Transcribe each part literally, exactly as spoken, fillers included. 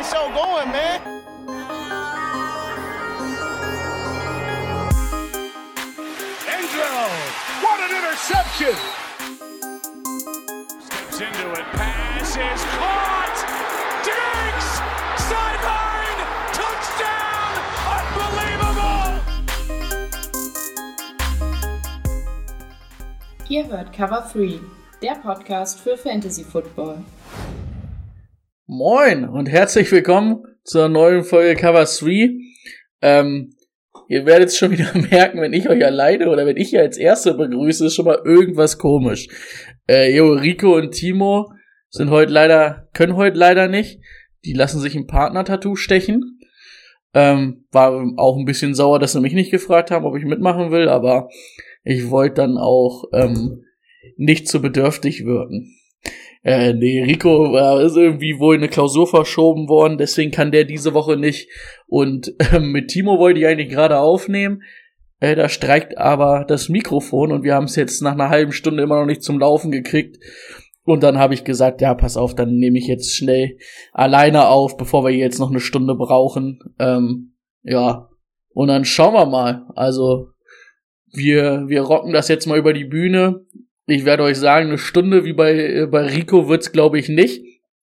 the show going, man. Angelo, what an interception! Steps into it, pass is caught! Diggs! Sideline! Touchdown! Unbelievable! Ihr hört Cover drei, der Podcast für Fantasy Football. Moin und herzlich willkommen zur neuen Folge Cover drei. Ähm, ihr werdet es schon wieder merken, wenn ich euch alleine oder wenn ich hier als Erster begrüße, ist schon mal irgendwas komisch. Äh, jo, Rico und Timo sind heute leider, können heute leider nicht. Die lassen sich ein Partner-Tattoo stechen. Ähm, war auch ein bisschen sauer, dass sie mich nicht gefragt haben, ob ich mitmachen will, aber ich wollte dann auch ähm, nicht zu bedürftig wirken. Äh, nee, Rico äh, ist irgendwie wohl eine Klausur verschoben worden, deswegen kann der diese Woche nicht. Und äh, mit Timo wollte ich eigentlich gerade aufnehmen. Äh, da streikt aber das Mikrofon und wir haben es jetzt nach einer halben Stunde immer noch nicht zum Laufen gekriegt. Und dann habe ich gesagt, ja, pass auf, dann nehme ich jetzt schnell alleine auf, bevor wir jetzt noch eine Stunde brauchen. Ähm, ja, und dann schauen wir mal. Also, wir wir rocken das jetzt mal über die Bühne. Ich werde euch sagen, eine Stunde wie bei, bei Rico wird's, glaube ich, nicht.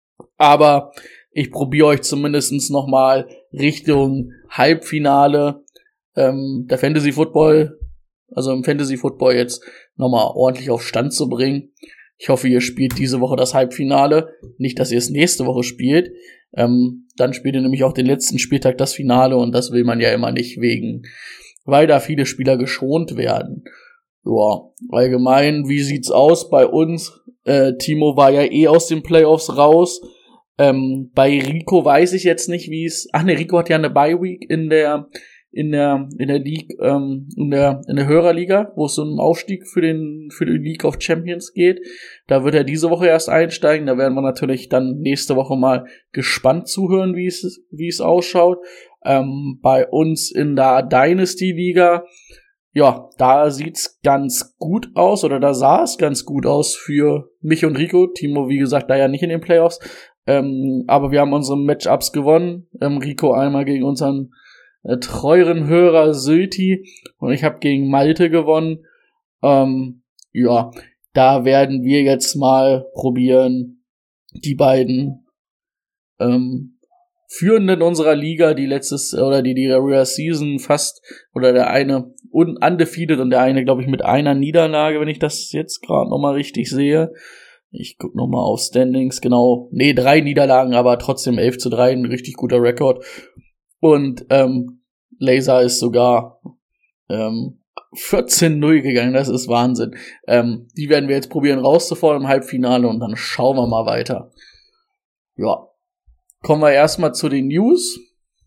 Aber ich probiere euch zumindest noch mal Richtung Halbfinale ähm, der Fantasy Football, also im Fantasy Football jetzt noch mal ordentlich auf Stand zu bringen. Ich hoffe, ihr spielt diese Woche das Halbfinale. Nicht, dass ihr es nächste Woche spielt. Ähm, dann spielt ihr nämlich auch den letzten Spieltag das Finale und das will man ja immer nicht wegen, weil da viele Spieler geschont werden. Ja, allgemein, wie sieht's aus bei uns? Äh, Timo war ja eh aus den Playoffs raus. Ähm, bei Rico weiß ich jetzt nicht, wie es. Ach ne, Rico hat ja eine Bye-Week in der in der in der League, ähm, in der in der Hörerliga, wo es so einen Aufstieg für den für die League of Champions geht. Da wird er diese Woche erst einsteigen. Da werden wir natürlich dann nächste Woche mal gespannt zuhören, wie es wie es ausschaut. Ähm, bei uns in der Dynasty-Liga, ja, da sieht's ganz gut aus, oder da sah es ganz gut aus für mich und Rico. Timo, wie gesagt, da ja nicht in den Playoffs. Ähm, aber wir haben unsere Matchups gewonnen. Ähm, Rico einmal gegen unseren äh, treueren Hörer Sylti und ich habe gegen Malte gewonnen. Ähm, ja, da werden wir jetzt mal probieren, die beiden ähm, Führenden unserer Liga, die letztes, oder die die Regular Season fast, oder der eine un- undefeated und der eine, glaube ich, mit einer Niederlage, wenn ich das jetzt gerade nochmal richtig sehe. Ich guck nochmal auf Standings, genau, nee, drei Niederlagen, aber trotzdem elf zu drei, ein richtig guter Rekord. Und ähm, Laser ist sogar ähm, vierzehn null gegangen, das ist Wahnsinn. Ähm, die werden wir jetzt probieren rauszufordern im Halbfinale und dann schauen wir mal weiter. Ja. Kommen wir erstmal zu den News.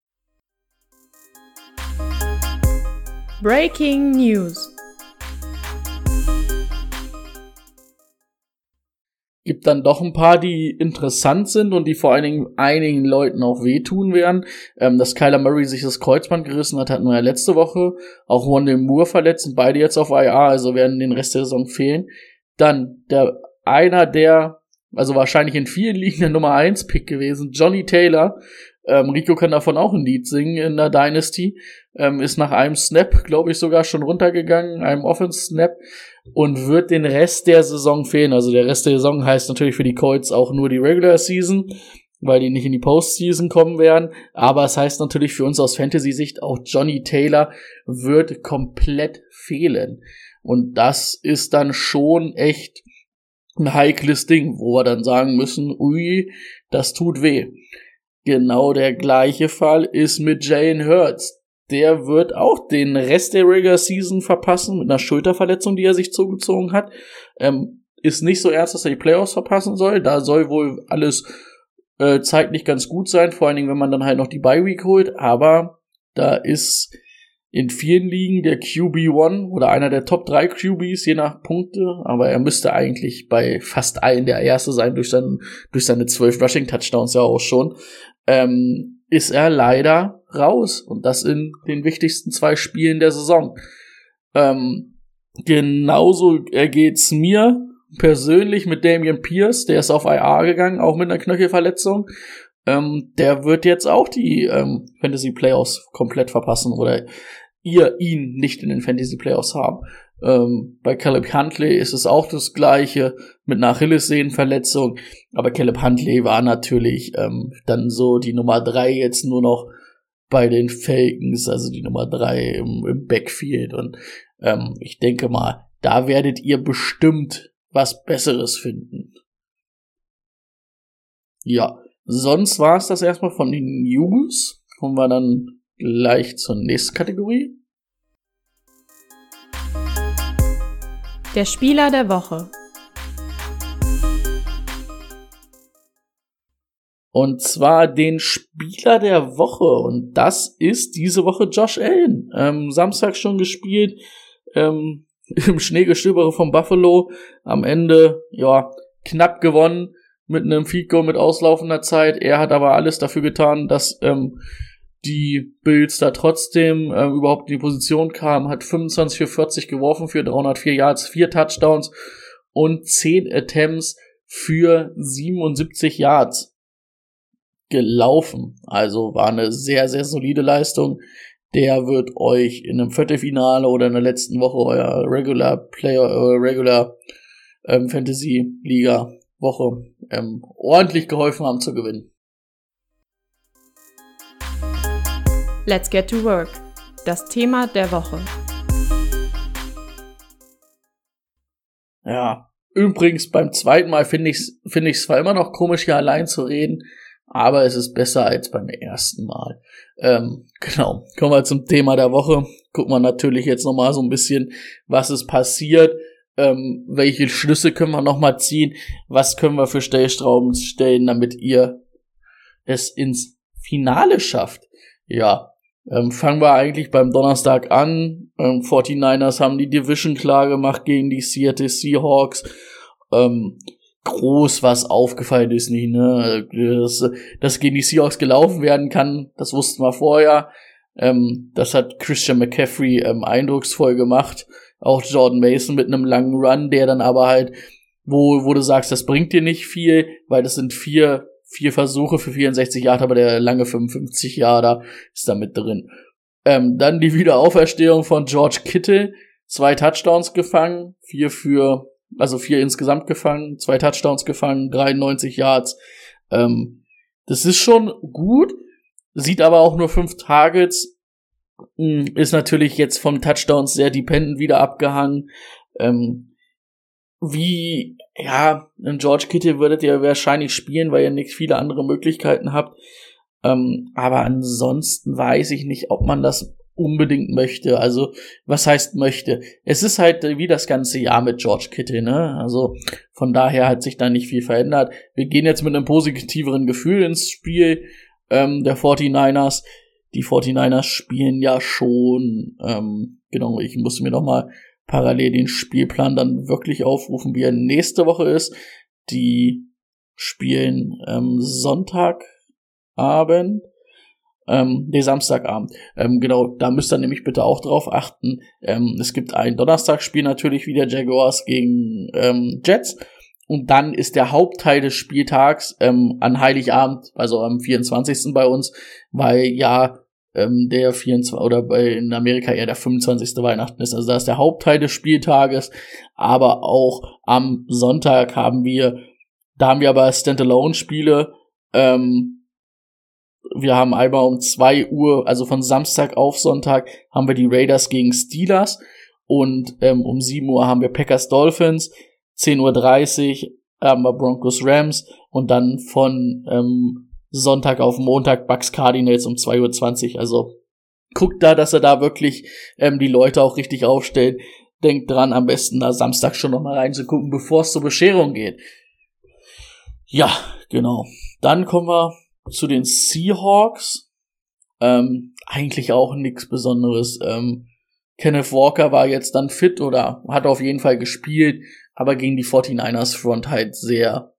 Breaking News. Gibt dann doch ein paar, die interessant sind und die vor allen Dingen einigen Leuten auch wehtun werden. Ähm, dass Kyler Murray sich das Kreuzband gerissen hat, hatten wir ja letzte Woche. Auch Rondale Moore verletzt, sind beide jetzt auf I R, also werden den Rest der Saison fehlen. Dann der einer der also wahrscheinlich in vielen Ligen der Nummer eins Pick gewesen, Johnny Taylor. Ähm, Rico kann davon auch ein Lied singen in der Dynasty. Ähm, ist nach einem Snap, glaube ich, sogar schon runtergegangen, einem Offense-Snap, und wird den Rest der Saison fehlen. Also der Rest der Saison heißt natürlich für die Colts auch nur die Regular Season, weil die nicht in die Postseason kommen werden. Aber es heißt natürlich für uns aus Fantasy-Sicht, auch Johnny Taylor wird komplett fehlen. Und das ist dann schon echt ein heikles Ding, wo wir dann sagen müssen, ui, das tut weh. Genau der gleiche Fall ist mit Jalen Hurts. Der wird auch den Rest der Regular Season verpassen mit einer Schulterverletzung, die er sich zugezogen hat. Ähm, ist nicht so ernst, dass er die Playoffs verpassen soll. Da soll wohl alles äh, zeitlich ganz gut sein, vor allen Dingen, wenn man dann halt noch die Bye-Week holt. Aber da ist in vielen Ligen der Q B eins oder einer der Top drei Q Bs, je nach Punkte, aber er müsste eigentlich bei fast allen der Erste sein, durch, seinen, durch seine zwölf Rushing-Touchdowns ja auch schon, ähm, ist er leider raus. Und das in den wichtigsten zwei Spielen der Saison. Ähm, genauso ergeht's mir persönlich mit Damian Pierce, der ist auf I R gegangen, auch mit einer Knöchelverletzung. ähm, der wird jetzt auch die ähm, Fantasy Playoffs komplett verpassen oder ihr ihn nicht in den Fantasy Playoffs haben. Ähm, bei Caleb Huntley ist es auch das Gleiche mit einer Achillessehnenverletzung, aber Caleb Huntley war natürlich ähm, dann so die Nummer drei jetzt nur noch bei den Falcons, also die Nummer drei im, im Backfield und ähm, ich denke mal, da werdet ihr bestimmt was Besseres finden. Ja, sonst war es das erstmal von den News. Kommen wir dann gleich zur nächsten Kategorie. Der Spieler der Woche. Und zwar den Spieler der Woche. Und das ist diese Woche Josh Allen. Ähm, Samstag schon gespielt. Ähm, im Schneegestöbere von Buffalo. Am Ende, ja, knapp gewonnen. Mit einem Field Goal mit auslaufender Zeit. Er hat aber alles dafür getan, dass ähm, die Bills da trotzdem äh, überhaupt in die Position kamen. Hat fünfundzwanzig für vierzig geworfen für dreihundertvier Yards, vier Touchdowns und zehn Attempts für siebenundsiebzig Yards gelaufen. Also war eine sehr, sehr solide Leistung. Der wird euch in einem Viertelfinale oder in der letzten Woche euer Regular Player, äh, Regular ähm, Fantasy Liga Woche ähm, ordentlich geholfen haben zu gewinnen. Let's get to work. Das Thema der Woche. Ja, übrigens beim zweiten Mal finde ich es finde ich es zwar immer noch komisch, hier allein zu reden, aber es ist besser als beim ersten Mal. Ähm, genau, kommen wir zum Thema der Woche. Gucken wir natürlich jetzt nochmal so ein bisschen, was ist passiert, ähm, welche Schlüsse können wir nochmal ziehen, was können wir für Stellschrauben stellen, damit ihr es ins Finale schafft. Ja, ähm, fangen wir eigentlich beim Donnerstag an. Ähm, forty-niners haben die Division klar gemacht gegen die Seattle Seahawks. Ähm, groß was aufgefallen ist nicht, ne? Dass, dass gegen die Seahawks gelaufen werden kann, das wussten wir vorher. Ähm, das hat Christian McCaffrey ähm, eindrucksvoll gemacht. Auch Jordan Mason mit einem langen Run, der dann aber halt, wo, wo du sagst, das bringt dir nicht viel, weil das sind vier, vier Versuche für vierundsechzig Yards, aber der lange fünfundfünfzig Yarder ist da mit drin. Ähm, dann die Wiederauferstehung von George Kittle, zwei Touchdowns gefangen, vier für Also vier insgesamt gefangen, zwei Touchdowns gefangen, dreiundneunzig Yards. Ähm, das ist schon gut, sieht aber auch nur fünf Targets. Ist natürlich jetzt vom Touchdowns sehr dependent wieder abgehangen. Ähm, wie, ja, in George Kittle würdet ihr wahrscheinlich spielen, weil ihr nicht viele andere Möglichkeiten habt. Ähm, aber ansonsten weiß ich nicht, ob man das unbedingt möchte. Also, was heißt möchte? Es ist halt wie das ganze Jahr mit George Kittle, ne? Also, von daher hat sich da nicht viel verändert. Wir gehen jetzt mit einem positiveren Gefühl ins Spiel ähm, der forty-niners. Die forty-niners spielen ja schon, ähm, genau, ich muss mir noch mal parallel den Spielplan dann wirklich aufrufen, wie er nächste Woche ist. Die spielen ähm, Sonntagabend. Ähm, nee, Samstagabend. Ähm, genau, da müsst ihr nämlich bitte auch drauf achten. Ähm, es gibt ein Donnerstagsspiel natürlich wieder, Jaguars gegen ähm, Jets. Und dann ist der Hauptteil des Spieltags ähm, an Heiligabend, also am vierundzwanzigsten bei uns, weil ja ähm, der vierundzwanzigste oder bei in Amerika eher der fünfundzwanzigste Weihnachten ist. Also da ist der Hauptteil des Spieltages. Aber auch am Sonntag haben wir, da haben wir aber Standalone-Spiele. Ähm, Wir haben einmal um zwei Uhr, also von Samstag auf Sonntag, haben wir die Raiders gegen Steelers und ähm, um sieben Uhr haben wir Packers Dolphins, zehn Uhr dreißig haben wir Broncos Rams und dann von ähm, Sonntag auf Montag Bucks Cardinals um zwei Uhr zwanzig. Also guckt da, dass er da wirklich ähm, die Leute auch richtig aufstellt. Denkt dran, am besten da Samstag schon nochmal reinzugucken, bevor es zur Bescherung geht. Ja, genau. Dann kommen wir zu den Seahawks. Ähm, eigentlich auch nichts Besonderes. Ähm, Kenneth Walker war jetzt dann fit oder hat auf jeden Fall gespielt, aber gegen die forty-niners Front halt sehr,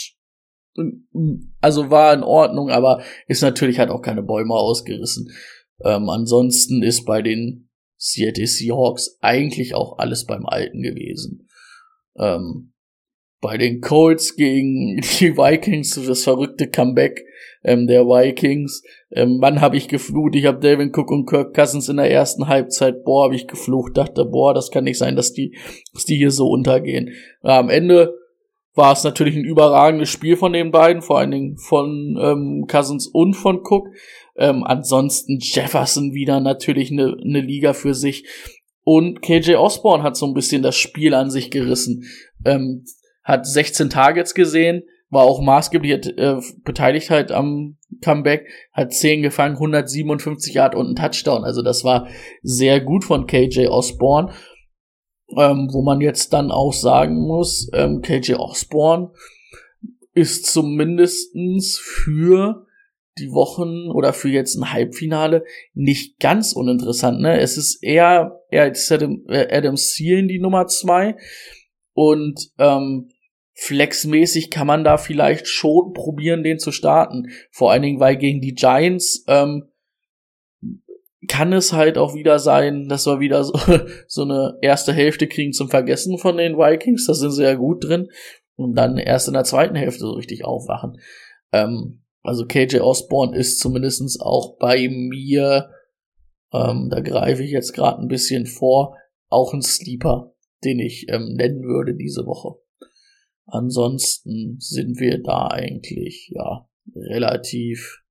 also war in Ordnung, aber ist natürlich halt auch keine Bäume ausgerissen. Ähm, ansonsten ist bei den Seattle Seahawks eigentlich auch alles beim Alten gewesen. Ähm, bei den Colts gegen die Vikings, das verrückte Comeback ähm, der Vikings. Ähm, Mann, habe ich geflucht. Ich habe Dalvin Cook und Kirk Cousins in der ersten Halbzeit, boah, habe ich geflucht. Dachte, boah, das kann nicht sein, dass die, dass die hier so untergehen. Ja, am Ende war es natürlich ein überragendes Spiel von den beiden, vor allen Dingen von ähm, Cousins und von Cook. Ähm, ansonsten Jefferson wieder natürlich eine ne Liga für sich. Und K J Osborne hat so ein bisschen das Spiel an sich gerissen. Ähm, hat sechzehn Targets gesehen, war auch maßgeblich äh, beteiligt halt am Comeback, hat zehn gefangen, hundertsiebenundfünfzig Yard und einen Touchdown. Also das war sehr gut von K J Osborne. Ähm, wo man jetzt dann auch sagen muss, ähm, K J Osborne ist zumindestens für die Wochen oder für jetzt ein Halbfinale nicht ganz uninteressant, ne? Es ist eher, eher als Adam, Adam Thielen die Nummer zwei und ähm, flexmäßig kann man da vielleicht schon probieren, den zu starten. Vor allen Dingen, weil gegen die Giants ähm, kann es halt auch wieder sein, dass wir wieder so, so eine erste Hälfte kriegen zum Vergessen von den Vikings. Da sind sie ja gut drin. Und dann erst in der zweiten Hälfte so richtig aufwachen. Ähm, also K J Osborne ist zumindestens auch bei mir, ähm, da greife ich jetzt gerade ein bisschen vor, auch ein Sleeper, den ich ähm, nennen würde diese Woche. Ansonsten sind wir da eigentlich, ja, relativ,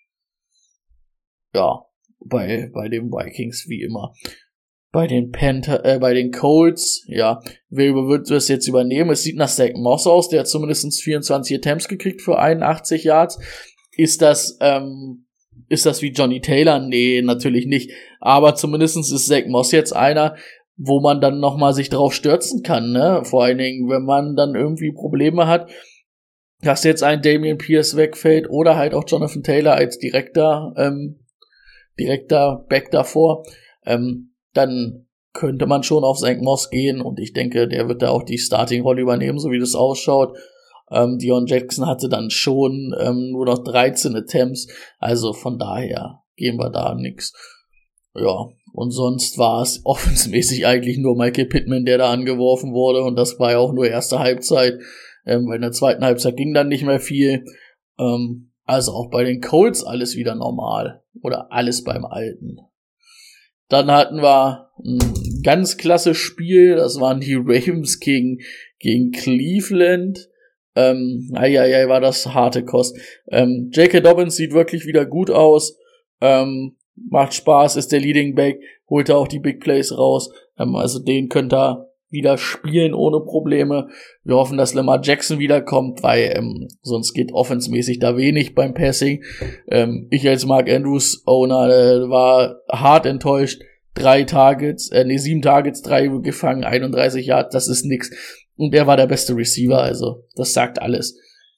ja, bei, bei den Vikings wie immer. Bei den Panther, äh, bei den Colts, ja, wer wird das jetzt übernehmen? Es sieht nach Zach Moss aus, der hat zumindest vierundzwanzig Attempts gekriegt für einundachtzig Yards. Ist das, ähm, ist das wie Johnny Taylor? Nee, natürlich nicht. Aber zumindest ist Zach Moss jetzt einer, wo man dann nochmal sich drauf stürzen kann, ne? Vor allen Dingen, wenn man dann irgendwie Probleme hat, dass jetzt ein Dameon Pierce wegfällt oder halt auch Jonathan Taylor als direkter, ähm, direkter Back davor, ähm, dann könnte man schon auf Zach Moss gehen und ich denke, der wird da auch die Starting-Rolle übernehmen, so wie das ausschaut. Ähm, Dion Jackson hatte dann schon ähm, nur noch dreizehn Attempts, also von daher gehen wir da nix. Ja, und sonst war es offensmäßig eigentlich nur Michael Pittman, der da angeworfen wurde und das war ja auch nur erste Halbzeit, ähm, weil in der zweiten Halbzeit ging dann nicht mehr viel. Ähm, also auch bei den Colts alles wieder normal oder alles beim Alten. Dann hatten wir ein ganz klasse Spiel, das waren die Ravens gegen, gegen Cleveland. Ähm, eieiei, war das harte Kost. Ähm, J K. Dobbins sieht wirklich wieder gut aus, ähm, macht Spaß, ist der Leading Back, holt er auch die Big Plays raus, ähm, also den könnt ihr wieder spielen ohne Probleme. Wir hoffen, dass Lamar Jackson wiederkommt, weil ähm, sonst geht offensmäßig da wenig beim Passing. Ähm, ich als Mark Andrews Owner äh, war hart enttäuscht. Drei Targets, äh, nee, sieben Targets, drei gefangen, einunddreißig Yards, das ist nix. Und er war der beste Receiver, also das sagt alles.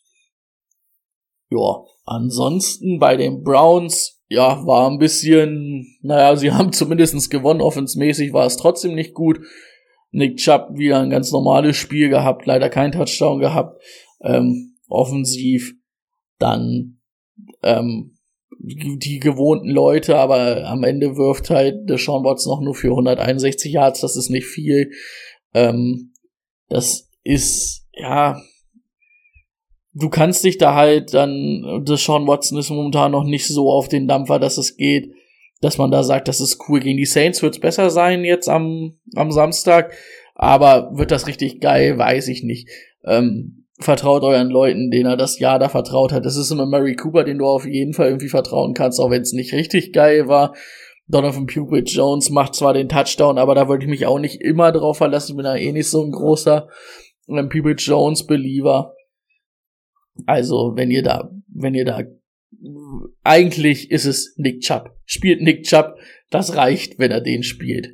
Ja, ansonsten bei den Browns, ja, war ein bisschen, naja, sie haben zumindest gewonnen, offensmäßig war es trotzdem nicht gut. Nick Chubb wieder ein ganz normales Spiel gehabt, leider kein Touchdown gehabt, ähm, offensiv, dann ähm, die, die gewohnten Leute, aber am Ende wirft halt Deshaun Watson noch nur für hunderteinundsechzig Yards, das ist nicht viel, ähm, das ist, ja, du kannst dich da halt dann, Deshaun Watson ist momentan noch nicht so auf den Dampfer, dass es geht, dass man da sagt, das ist cool. Gegen die Saints wird's besser sein jetzt am am Samstag, aber wird das richtig geil, weiß ich nicht. Ähm, vertraut euren Leuten, denen er das Jahr da vertraut hat. Das ist immer Murray Cooper, den du auf jeden Fall irgendwie vertrauen kannst, auch wenn es nicht richtig geil war. Donovan Peoples-Jones macht zwar den Touchdown, aber da würde ich mich auch nicht immer drauf verlassen. Ich bin da eh nicht so ein großer ähm, Peoples-Jones-Believer. Also, wenn ihr da, wenn ihr da eigentlich ist es Nick Chubb. Spielt Nick Chubb, das reicht, wenn er den spielt.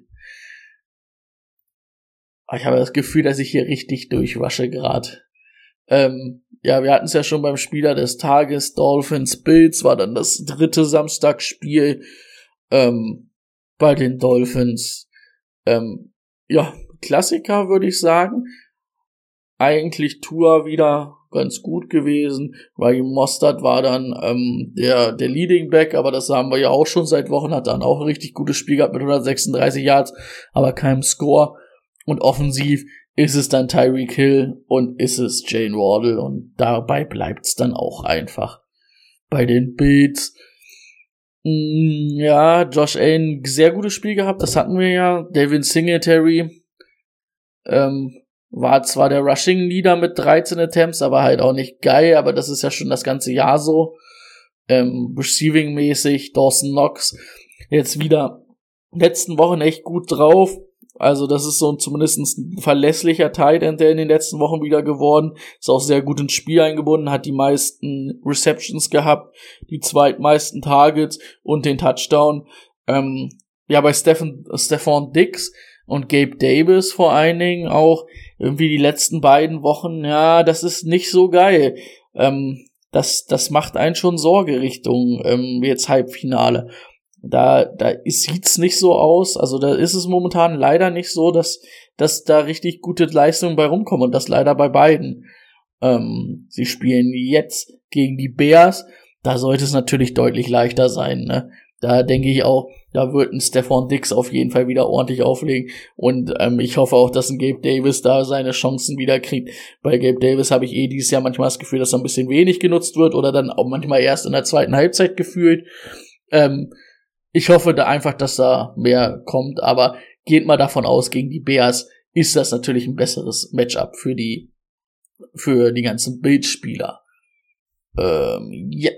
Ich habe das Gefühl, dass ich hier richtig durchrushe gerade. Ähm, ja, wir hatten es ja schon beim Spieler des Tages, Dolphins Bills, war dann das dritte Samstagsspiel ähm, bei den Dolphins. Ähm, ja, Klassiker würde ich sagen. Eigentlich Tua wieder ganz gut gewesen, weil Mostert war dann ähm, der der Leading Back, aber das haben wir ja auch schon seit Wochen, hat dann auch ein richtig gutes Spiel gehabt mit hundertsechsunddreißig Yards, aber keinem Score. Und offensiv ist es dann Tyreek Hill und ist es Jaylen Waddle und dabei bleibt's dann auch einfach. Bei den Bills, mh, ja, Josh Allen, sehr gutes Spiel gehabt, das hatten wir ja. Devin Singletary ähm, war zwar der Rushing Leader mit dreizehn Attempts, aber halt auch nicht geil, aber das ist ja schon das ganze Jahr so. Ähm, Receiving-mäßig, Dawson Knox jetzt wieder letzten Wochen echt gut drauf. Also das ist so ein, zumindest ein verlässlicher Tight End, der in den letzten Wochen wieder geworden. Ist auch sehr gut ins Spiel eingebunden, hat die meisten Receptions gehabt, die zweitmeisten Targets und den Touchdown. Ähm, ja, bei Stephen, Stephon Diggs und Gabe Davis vor allen Dingen auch irgendwie die letzten beiden Wochen, ja, das ist nicht so geil. Ähm, das, das macht einen schon Sorge Richtung ähm, jetzt Halbfinale. Da, da sieht's nicht so aus, also da ist es momentan leider nicht so, dass, dass da richtig gute Leistungen bei rumkommen und das leider bei beiden. Ähm, sie spielen jetzt gegen die Bears, da sollte es natürlich deutlich leichter sein, ne? Da denke ich auch, da wird ein Stephon Diggs auf jeden Fall wieder ordentlich auflegen und ähm, ich hoffe auch, dass ein Gabe Davis da seine Chancen wieder kriegt. Bei Gabe Davis habe ich eh dieses Jahr manchmal das Gefühl, dass er ein bisschen wenig genutzt wird oder dann auch manchmal erst in der zweiten Halbzeit gefühlt. Ähm, Ich hoffe da einfach, dass da mehr kommt, aber geht mal davon aus, gegen die Bears ist das natürlich ein besseres Matchup für die für die ganzen Bildspieler. Ähm, yep.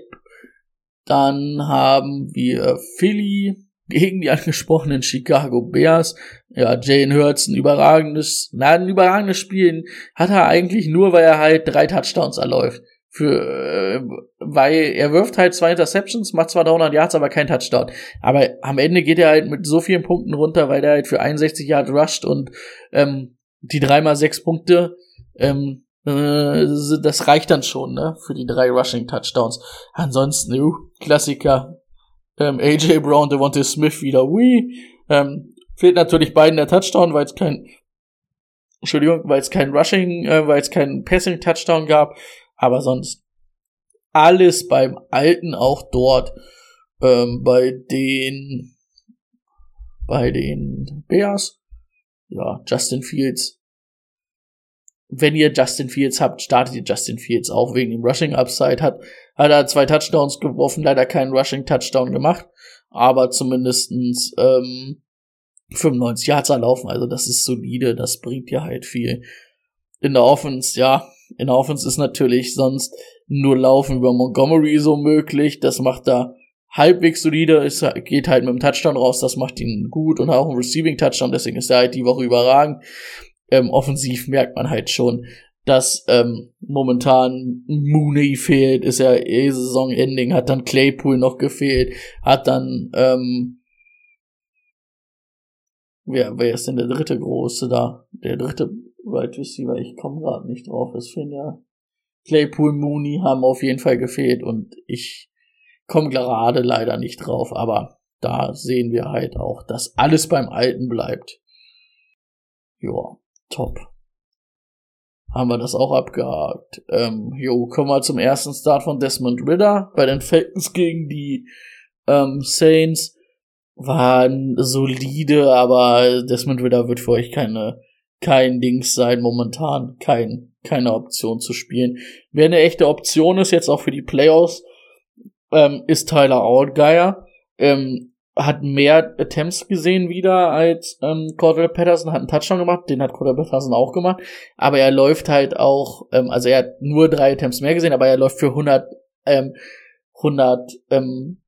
Dann haben wir Philly gegen die angesprochenen Chicago Bears. Ja, Jalen Hurts, ein überragendes, na, ein überragendes Spiel hat er eigentlich nur, weil er halt drei Touchdowns erläuft. Für, äh, weil er wirft halt zwei Interceptions, macht zwar dreihundert Yards, aber kein Touchdown. Aber am Ende geht er halt mit so vielen Punkten runter, weil er halt für einundsechzig Yards rusht und ähm, die drei mal sechs Punkte, ähm, äh, das reicht dann schon, ne, für die drei Rushing Touchdowns. Ansonsten, uh, Klassiker, ähm, A J Brown, Devontae Smith wieder, ui, ähm, fehlt natürlich beiden der Touchdown, weil es kein, Entschuldigung, weil es kein Rushing, äh, weil es kein Passing Touchdown gab. Aber sonst alles beim Alten auch dort, ähm, bei den, bei den Bears. Ja, Justin Fields. Wenn ihr Justin Fields habt, startet ihr Justin Fields auch wegen dem Rushing Upside. Hat, hat er zwei Touchdowns geworfen, leider keinen Rushing Touchdown gemacht, aber zumindestens, ähm, fünfundneunzig Yards erlaufen. Also das ist solide, das bringt ja halt viel. In der Offense, ja, in der Offense ist natürlich sonst nur Laufen über Montgomery so möglich. Das macht da halbwegs solide. Es geht halt mit dem Touchdown raus. Das macht ihn gut und auch ein Receiving Touchdown. Deswegen ist er halt die Woche überragend. Ähm, offensiv merkt man halt schon, dass ähm, momentan Mooney fehlt. Ist ja eh Saisonending. Hat dann Claypool noch gefehlt. Hat dann, ähm, wer, wer ist denn der dritte Große da? Der dritte Wide Receiver, ich komme gerade nicht drauf. Es fehlen ja Claypool, Mooney haben auf jeden Fall gefehlt und ich komme gerade leider nicht drauf, aber da sehen wir halt auch, dass alles beim Alten bleibt. Ja, top. Haben wir das auch abgehakt. Ähm, jo, kommen wir zum ersten Start von Desmond Ridder bei den Falcons gegen die ähm, Saints. Waren solide, aber Desmond Ridder wird für euch keine kein Dings sein momentan, kein, keine Option zu spielen. Wer eine echte Option ist, jetzt auch für die Playoffs, ähm, ist Tyler Allgeier. Ähm, hat mehr Attempts gesehen wieder als ähm, Cordell Patterson, hat einen Touchdown gemacht, den hat Cordell Patterson auch gemacht, aber er läuft halt auch, ähm, also er hat nur drei Attempts mehr gesehen, aber er läuft für hundert, ähm, hundert, ähm,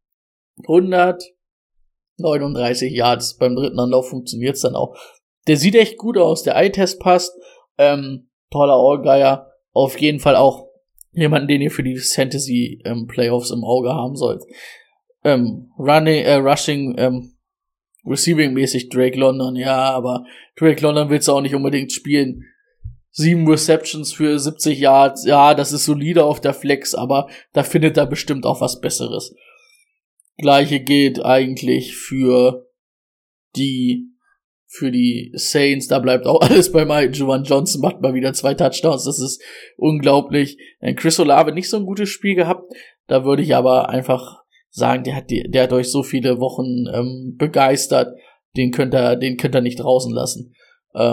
hundertneununddreißig Yards. Beim dritten Anlauf funktioniert's dann auch. Der sieht echt gut aus, der Eye-Test passt, ähm, toller Allgeier, auf jeden Fall auch jemanden, den ihr für die Fantasy ähm, Playoffs im Auge haben sollt. Ähm, Running, äh, Rushing, ähm, Receiving-mäßig Drake London, ja, aber Drake London willst du auch nicht unbedingt spielen. Sieben Receptions für siebzig Yards, ja, das ist solide auf der Flex, aber da findet er bestimmt auch was Besseres. Gleiche gilt eigentlich für die Für die Saints, da bleibt auch alles beim alten. Juwan Johnson macht mal wieder zwei Touchdowns, das ist unglaublich. Chris Olave nicht so ein gutes Spiel gehabt, da würde ich aber einfach sagen, der hat die, der hat euch so viele Wochen ähm, begeistert, den könnt ihr, den könnt ihr nicht draußen lassen. Ähm,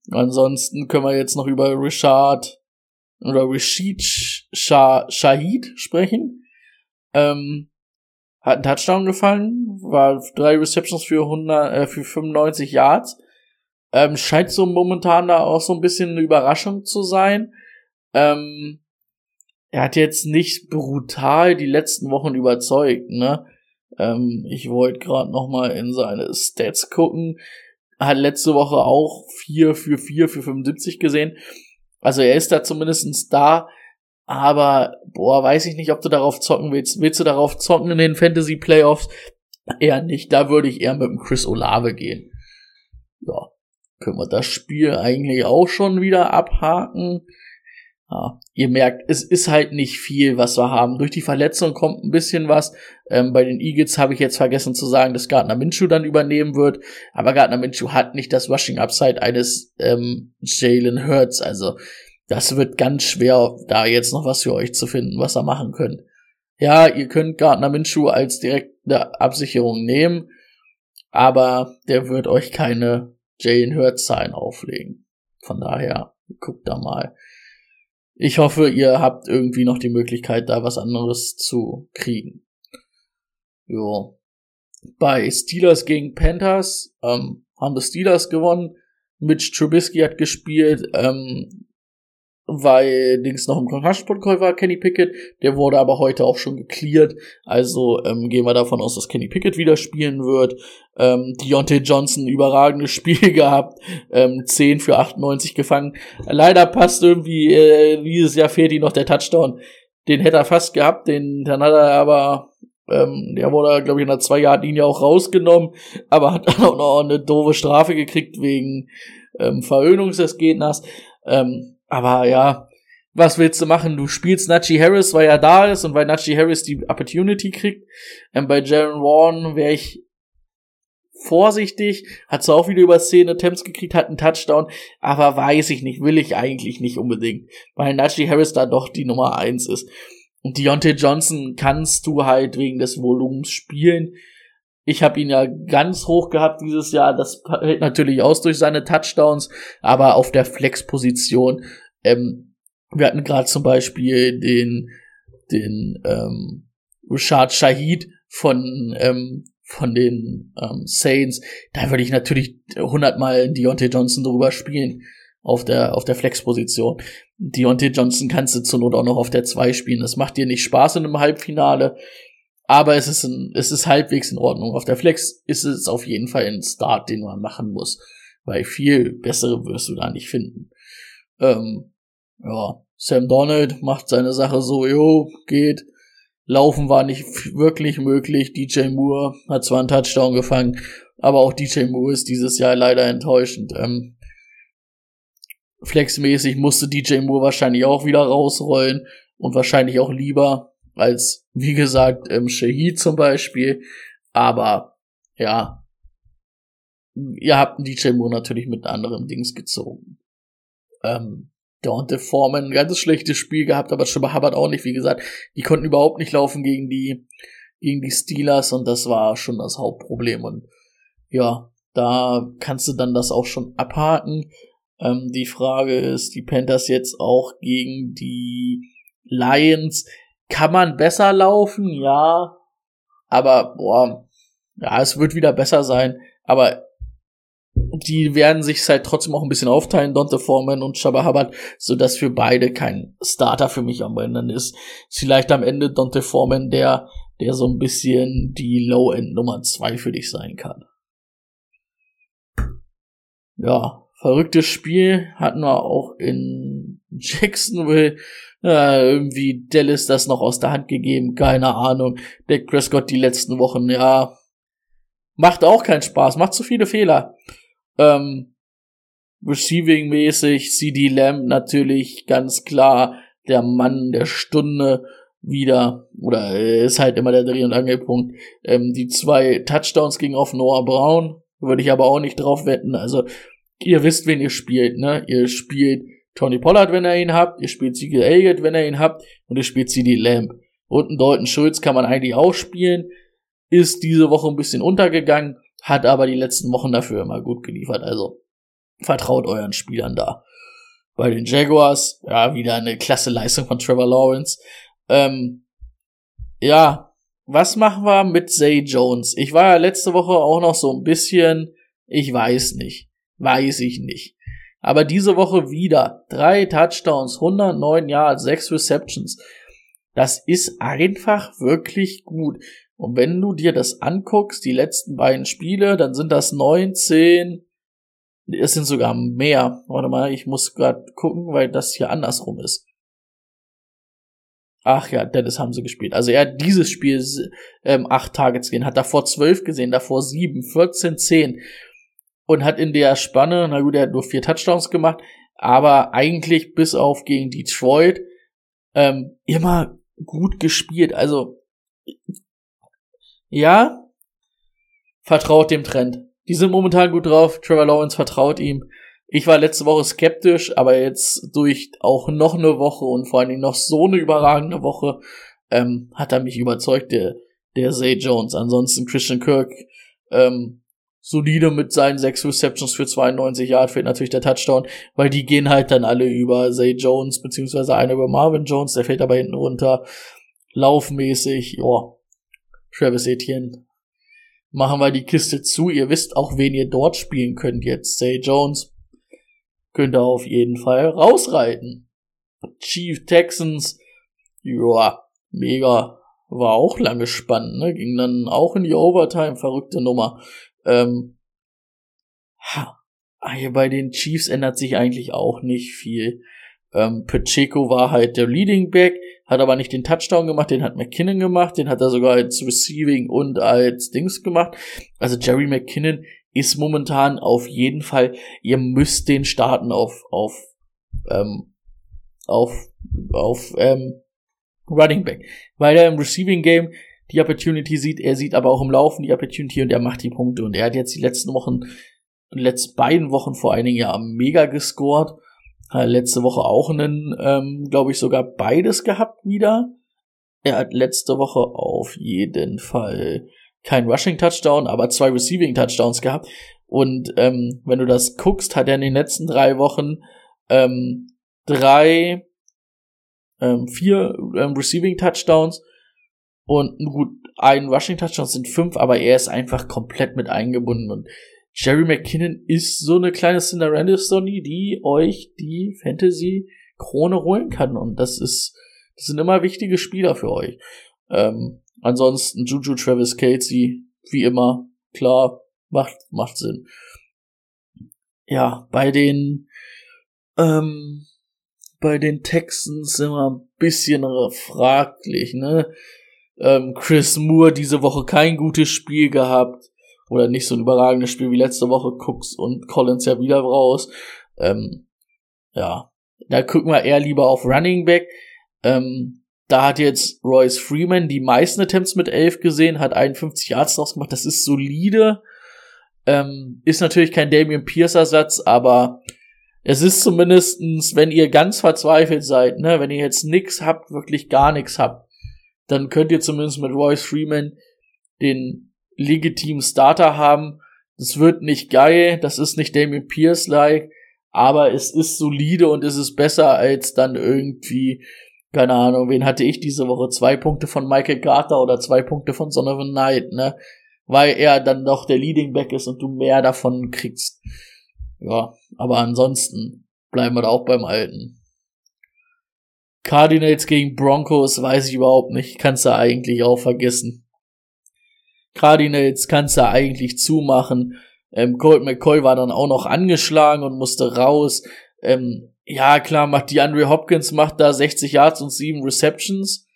Ansonsten können wir jetzt noch über Rashad oder Rashid Shah, Shaheed sprechen. Ähm, hat einen Touchdown gefangen, war drei Receptions für hundert, äh, für fünfundneunzig Yards. Ähm, scheint so momentan da auch so ein bisschen eine Überraschung zu sein. Ähm, er hat jetzt nicht brutal die letzten Wochen überzeugt, ne? Ähm, ich wollte gerade noch mal in seine Stats gucken. Hat letzte Woche auch vier für vier für fünfundsiebzig gesehen. Also er ist da zumindest da. Aber, boah, weiß ich nicht, ob du darauf zocken willst. Willst du darauf zocken in den Fantasy Playoffs? Eher nicht. Da würde ich eher mit dem Chris Olave gehen. Ja, können wir das Spiel eigentlich auch schon wieder abhaken. Ja, ihr merkt, es ist halt nicht viel, was wir haben. Durch die Verletzung kommt ein bisschen was. Ähm, bei den Eagles habe ich jetzt vergessen zu sagen, dass Gardner Minshew dann übernehmen wird. Aber Gardner Minshew hat nicht das Rushing Upside eines ähm, Jalen Hurts. Also das wird ganz schwer, da jetzt noch was für euch zu finden, was ihr machen könnt. Ja, ihr könnt Gardner Minshew als direkte Absicherung nehmen, aber der wird euch keine Jalen Hurts Zahlen auflegen. Von daher, guckt da mal. Ich hoffe, ihr habt irgendwie noch die Möglichkeit, da was anderes zu kriegen. Jo. Bei Steelers gegen Panthers ähm, haben die Steelers gewonnen. Mitch Trubisky hat gespielt, ähm, weil Dings noch im Concussion-Protokoll war, Kenny Pickett. Der wurde aber heute auch schon gecleared. Also ähm, gehen wir davon aus, dass Kenny Pickett wieder spielen wird. Ähm, Deontay Johnson, überragendes Spiel gehabt. Ähm, zehn für achtundneunzig gefangen. Leider passt irgendwie, äh, dieses Jahr fehlt ihm noch der Touchdown. Den hätte er fast gehabt, den dann hat er aber, ähm, der wurde, glaube ich, in der zwei-Yard-Linie auch rausgenommen, aber hat dann auch noch eine doofe Strafe gekriegt wegen ähm, Verhöhnung des Gegners. Ähm, aber ja, was willst du machen? Du spielst Najee Harris, weil er da ist und weil Najee Harris die Opportunity kriegt. Ähm, bei Jaren Warren wäre ich vorsichtig, hat zwar auch wieder über zehn Attempts gekriegt, hat einen Touchdown, aber weiß ich nicht, will ich eigentlich nicht unbedingt, weil Najee Harris da doch die Nummer eins ist. Und Deontay Johnson kannst du halt wegen des Volumens spielen. Ich habe ihn ja ganz hoch gehabt dieses Jahr, das hält natürlich aus durch seine Touchdowns, aber auf der Flex-Position, ähm, wir hatten gerade zum Beispiel den, den, ähm, Rashad Shaheed von, ähm, von den ähm, Saints, da würde ich natürlich hundertmal Deontay Johnson drüber spielen auf der auf der Flex-Position. Deontay Johnson kannst du zur Not auch noch auf der zwei spielen. Das macht dir nicht Spaß in einem Halbfinale, aber es ist ein, es ist halbwegs in Ordnung. Auf der Flex ist es auf jeden Fall ein Start, den man machen muss, weil viel bessere wirst du da nicht finden. Ähm, ja, Sam Darnold macht seine Sache so, jo, geht. Laufen war nicht wirklich möglich. D J Moore hat zwar einen Touchdown gefangen, aber auch D J Moore ist dieses Jahr leider enttäuschend. Ähm, Flexmäßig musste D J Moore wahrscheinlich auch wieder rausrollen und wahrscheinlich auch lieber als, wie gesagt, ähm, Shaheed zum Beispiel. Aber ja, ihr habt einen D J Moore natürlich mit anderen Dings gezogen. Ähm, Deontay Foreman, ein ganz schlechtes Spiel gehabt, aber Chuba Hubbard auch nicht, wie gesagt. Die konnten überhaupt nicht laufen gegen die, gegen die Steelers und das war schon das Hauptproblem. Und ja, da kannst du dann das auch schon abhaken. Ähm, die Frage ist, die Panthers jetzt auch gegen die Lions. Kann man besser laufen? Ja. Aber, boah, ja, es wird wieder besser sein. Aber die werden sich halt trotzdem auch ein bisschen aufteilen, Deontay Foreman und Chuba Hubbard, sodass für beide kein Starter für mich am Ende ist. Ist vielleicht am Ende Deontay Foreman, der, der so ein bisschen die Low-End Nummer zwei für dich sein kann. Ja, verrücktes Spiel hatten wir auch in Jacksonville. Ja, irgendwie Dallas das noch aus der Hand gegeben, keine Ahnung. Dak Prescott die letzten Wochen, ja, macht auch keinen Spaß, macht zu viele Fehler. Ähm, Receiving-mäßig, C D Lamb natürlich ganz klar der Mann der Stunde wieder, oder ist halt immer der Dreh- und Angelpunkt. Ähm, die zwei Touchdowns gingen auf Noah Brown, würde ich aber auch nicht drauf wetten. Also, ihr wisst, wen ihr spielt, ne? Ihr spielt Tony Pollard, wenn ihr ihn habt, ihr spielt Ezekiel Elliott, wenn ihr ihn habt, und ihr spielt C D Lamb. Und einen Dalton Schultz kann man eigentlich auch spielen, ist diese Woche ein bisschen untergegangen, hat aber die letzten Wochen dafür immer gut geliefert. Also vertraut euren Spielern da. Bei den Jaguars, ja, wieder eine klasse Leistung von Trevor Lawrence. Ähm, ja, was machen wir mit Zay Jones? Ich war ja letzte Woche auch noch so ein bisschen, ich weiß nicht, weiß ich nicht. Aber diese Woche wieder drei Touchdowns, hundertneun Yards, sechs Receptions. Das ist einfach wirklich gut. Und wenn du dir das anguckst, die letzten beiden Spiele, dann sind das neunzehn, es sind sogar mehr. Warte mal, ich muss gerade gucken, weil das hier andersrum ist. Ach ja, Dallas haben sie gespielt. Also er hat dieses Spiel ähm, acht Targets gesehen, hat davor zwölf gesehen, davor sieben, vierzehn, zehn. Und hat in der Spanne, na gut, er hat nur vier Touchdowns gemacht, aber eigentlich bis auf gegen Detroit ähm, immer gut gespielt. Also ja, vertraut dem Trend. Die sind momentan gut drauf. Trevor Lawrence vertraut ihm. Ich war letzte Woche skeptisch, aber jetzt durch auch noch eine Woche und vor allen Dingen noch so eine überragende Woche ähm, hat er mich überzeugt, der, der Zay Jones. Ansonsten Christian Kirk ähm, solide mit seinen sechs Receptions für zweiundneunzig Yards, fehlt natürlich der Touchdown, weil die gehen halt dann alle über Zay Jones, beziehungsweise einer über Marvin Jones, der fällt aber hinten runter. Laufmäßig, ja, Travis Etienne. Machen wir die Kiste zu. Ihr wisst auch, wen ihr dort spielen könnt jetzt. Zay Jones könnt ihr auf jeden Fall rausreiten. Chief Texans, ja, mega, war auch lange spannend, ne? Ging dann auch in die Overtime, verrückte Nummer. Ähm, ha, hier bei den Chiefs ändert sich eigentlich auch nicht viel. Ähm, Pacheco war halt der Leading Back, hat aber nicht den Touchdown gemacht, den hat McKinnon gemacht, den hat er sogar als Receiving und als Dings gemacht. Also Jerry McKinnon ist momentan auf jeden Fall, ihr müsst den starten auf, auf, ähm, auf, auf, ähm, Running Back. Weil er im Receiving Game die Opportunity sieht, er sieht aber auch im Laufen die Opportunity und er macht die Punkte. Und er hat jetzt die letzten Wochen, die letzten beiden Wochen vor einigen Jahren mega gescored. Hat letzte Woche auch einen, ähm, glaube ich, sogar beides gehabt wieder. Er hat letzte Woche auf jeden Fall kein Rushing-Touchdown, aber zwei Receiving-Touchdowns gehabt. Und ähm, wenn du das guckst, hat er in den letzten drei Wochen ähm, drei, ähm, vier ähm, Receiving-Touchdowns und gut, ein Rushing-Touchdown sind fünf, aber er ist einfach komplett mit eingebunden. Und Jerry McKinnon ist so eine kleine Cinderella-Story, die euch die Fantasy-Krone holen kann. Und das ist, das sind immer wichtige Spieler für euch. Ähm, ansonsten Juju Travis Kelce, wie immer, klar, macht, macht Sinn. Ja, bei den, ähm, bei den Texans immer ein bisschen fraglich, ne? Ähm, Chris Moore diese Woche kein gutes Spiel gehabt. Oder nicht so ein überragendes Spiel wie letzte Woche. Cooks und Collins ja wieder raus. Ähm, ja, da gucken wir eher lieber auf Running Back. Ähm, da hat jetzt Royce Freeman die meisten Attempts mit elf gesehen, hat einundfünfzig Yards draus gemacht. Das ist solide. Ähm, ist natürlich kein Dameon Pierce-Ersatz, aber es ist zumindestens, wenn ihr ganz verzweifelt seid, ne, wenn ihr jetzt nix habt, wirklich gar nichts habt, dann könnt ihr zumindest mit Royce Freeman den legitimen Starter haben. Das wird nicht geil, das ist nicht Dameon Pierce-like, aber es ist solide und es ist besser als dann irgendwie, keine Ahnung, wen hatte ich diese Woche? Zwei Punkte von Michael Carter oder zwei Punkte von Donovan Knight, ne? Weil er dann doch der Leading Back ist und du mehr davon kriegst. Ja, aber ansonsten bleiben wir da auch beim Alten. Cardinals gegen Broncos, weiß ich überhaupt nicht, kannst du eigentlich auch vergessen. Cardinals kannst du eigentlich zumachen. Ähm, Colt McCoy war dann auch noch angeschlagen und musste raus. Ähm, ja, klar, macht DeAndre Hopkins, macht da sechzig Yards und sieben Receptions.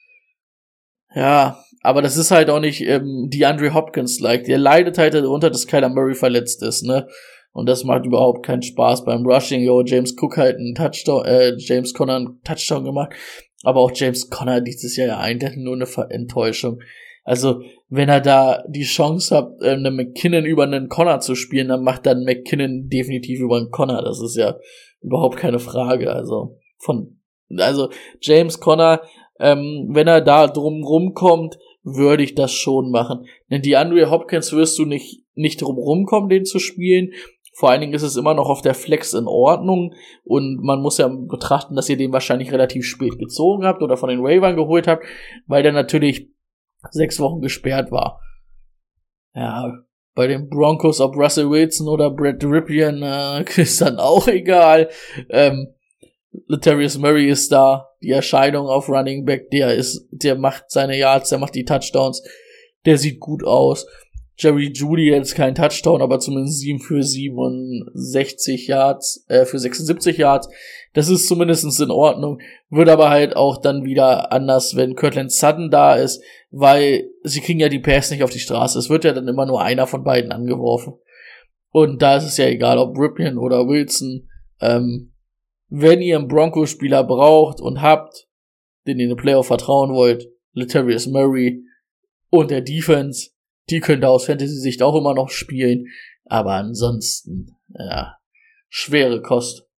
Ja, aber das ist halt auch nicht ähm, DeAndre Hopkins-like. Der leidet halt darunter, dass Kyler Murray verletzt ist, ne? Und das macht überhaupt keinen Spaß beim Rushing. Jo, James Cook halt einen Touchdown, äh, James Conner einen Touchdown gemacht. Aber auch James Conner dieses Jahr ja eigentlich nur eine Enttäuschung. Also, wenn er da die Chance hat, einen McKinnon über einen Conner zu spielen, dann macht dann McKinnon definitiv über einen Conner. Das ist ja überhaupt keine Frage. Also, von, also, James Conner, ähm, wenn er da drum rumkommt, würde ich das schon machen. Denn DeAndre Hopkins wirst du nicht, nicht drum rumkommen, den zu spielen. Vor allen Dingen ist es immer noch auf der Flex in Ordnung und man muss ja betrachten, dass ihr den wahrscheinlich relativ spät gezogen habt oder von den Waivern geholt habt, weil der natürlich sechs Wochen gesperrt war. Ja, bei den Broncos, ob Russell Wilson oder Brett Rypien, äh, ist dann auch egal. Ähm, Latavius Murray ist da, die Erscheinung auf Running Back, der ist, der macht seine Yards, der macht die Touchdowns, der sieht gut aus. Jerry Jeudy jetzt kein Touchdown, aber zumindest sieben für siebenundsechzig Yards, äh, für sechsundsiebzig Yards. Das ist zumindest in Ordnung. Wird aber halt auch dann wieder anders, wenn Courtland Sutton da ist, weil sie kriegen ja die Pass nicht auf die Straße. Es wird ja dann immer nur einer von beiden angeworfen. Und da ist es ja egal, ob Rypien oder Wilson. Ähm, wenn ihr einen Broncos-Spieler braucht und habt, den ihr in den Playoff vertrauen wollt, Latavius Murray und der Defense, die könnt ihr aus Fantasy-Sicht auch immer noch spielen. Aber ansonsten, ja, schwere Kost.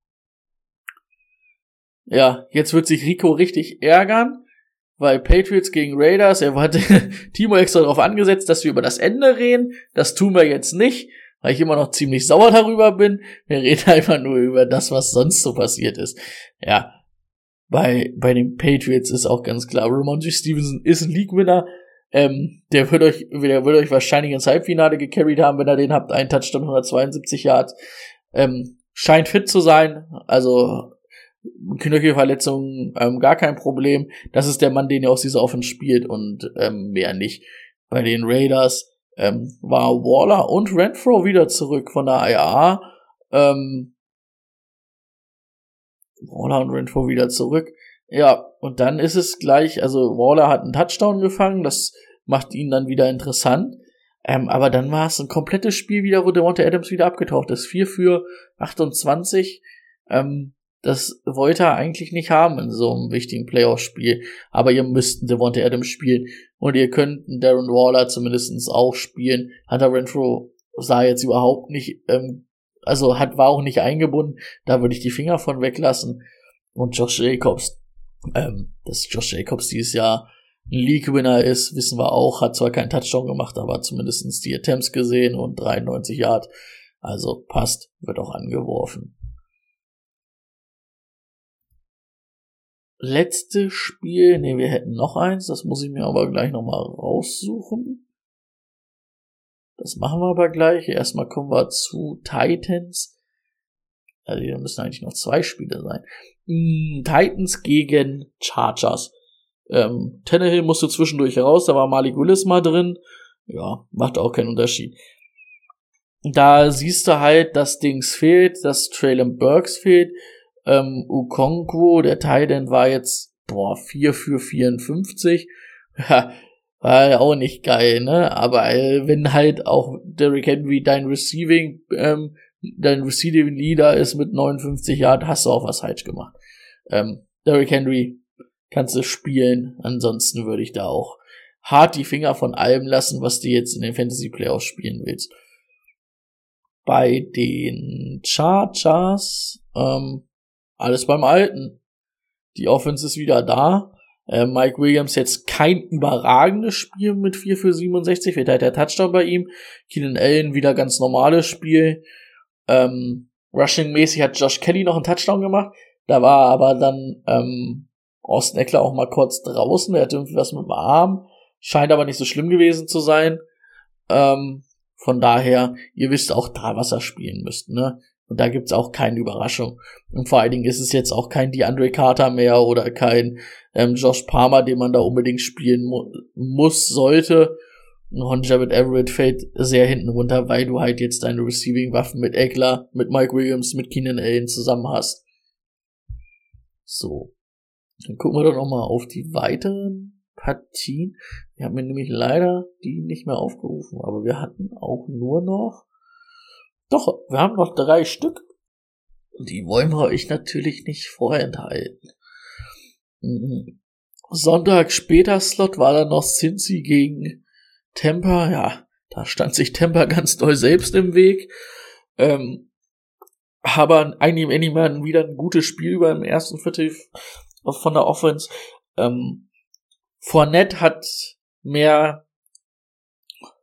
Ja, jetzt wird sich Rico richtig ärgern, weil Patriots gegen Raiders, er hatte Timo extra darauf angesetzt, dass wir über das Ende reden. Das tun wir jetzt nicht, weil ich immer noch ziemlich sauer darüber bin. Wir reden einfach nur über das, was sonst so passiert ist. Ja, bei, bei den Patriots ist auch ganz klar, Ramondre Stevenson ist ein League-Winner. Ähm, der wird euch, der wird euch wahrscheinlich ins Halbfinale gecarried haben, wenn ihr den habt. Ein Touchdown, hundertzweiundsiebzig Yards. Ähm, scheint fit zu sein. Also, Knöchelverletzungen, ähm, gar kein Problem. Das ist der Mann, den ihr aus dieser Offense spielt und, ähm, mehr nicht. Bei den Raiders, ähm, war Waller und Renfro wieder zurück von der I R. Ähm, Waller und Renfro wieder zurück. Ja, und dann ist es gleich, also Waller hat einen Touchdown gefangen, das macht ihn dann wieder interessant, ähm, aber dann war es ein komplettes Spiel wieder, wo Davante Adams wieder abgetaucht ist, vier für achtundzwanzig, ähm, das wollte er eigentlich nicht haben in so einem wichtigen Playoff-Spiel, aber ihr müsst einen Davante Adams spielen und ihr könnt einen Darren Waller zumindest auch spielen. Hunter Renfro sah jetzt überhaupt nicht, ähm, also hat war auch nicht eingebunden, da würde ich die Finger von weglassen. Und Josh Jacobs, ähm, dass Josh Jacobs dieses Jahr ein League-Winner ist, wissen wir auch, hat zwar keinen Touchdown gemacht, aber zumindest die Attempts gesehen und dreiundneunzig Yards, also passt, wird auch angeworfen. Letztes Spiel, ne, wir hätten noch eins, das muss ich mir aber gleich nochmal raussuchen. Das machen wir aber gleich. Erstmal kommen wir zu Titans. Also hier müssen eigentlich noch zwei Spiele sein. Mm, Titans gegen Chargers. Ähm, Tannehill musste zwischendurch raus, da war Malik Willis mal drin. Ja, macht auch keinen Unterschied. Da siehst du halt, dass Dings fehlt, dass Traylon Burks fehlt. Ähm, Okonkwo, der Tight End, war jetzt, boah, vier für vierundfünfzig. Ja, war ja auch nicht geil, ne? Aber äh, wenn halt auch Derrick Henry dein Receiving, ähm, dein Receiving Leader ist mit neunundfünfzig Yards, hast du auch was falsch gemacht. Ähm, Derrick Henry kannst du spielen, ansonsten würde ich da auch hart die Finger von allem lassen, was du jetzt in den Fantasy Playoffs spielen willst. Bei den Chargers, ähm, alles beim Alten. Die Offense ist wieder da. Äh, Mike Williams jetzt kein überragendes Spiel mit vier für siebenundsechzig, wird halt der Touchdown bei ihm. Keenan Allen wieder ganz normales Spiel. Ähm, Rushing-mäßig hat Josh Kelly noch einen Touchdown gemacht. Da war aber dann ähm, Austin Eckler auch mal kurz draußen. Der hatte irgendwie was mit dem Arm. Scheint aber nicht so schlimm gewesen zu sein. Ähm, von daher, ihr wisst auch da, was ihr spielen müsst, ne? Und da gibt's auch keine Überraschung. Und vor allen Dingen ist es jetzt auch kein DeAndre Carter mehr oder kein ähm, Josh Palmer, den man da unbedingt spielen mu- muss, sollte. Und Jared Everett fällt sehr hinten runter, weil du halt jetzt deine Receiving-Waffen mit Eckler, mit Mike Williams, mit Keenan Allen zusammen hast. So. Dann gucken wir doch noch mal auf die weiteren Partien. Wir haben mir nämlich leider die nicht mehr aufgerufen, aber wir hatten auch nur noch Doch, wir haben noch drei Stück. Die wollen wir euch natürlich nicht vorenthalten. Sonntag später Slot war dann noch Cincy gegen Tampa. Ja, da stand sich Tampa ganz doll selbst im Weg. Ähm, aber eigentlich irgendwann wieder ein gutes Spiel über im ersten Viertel von der Offense. Ähm, Fournette hat mehr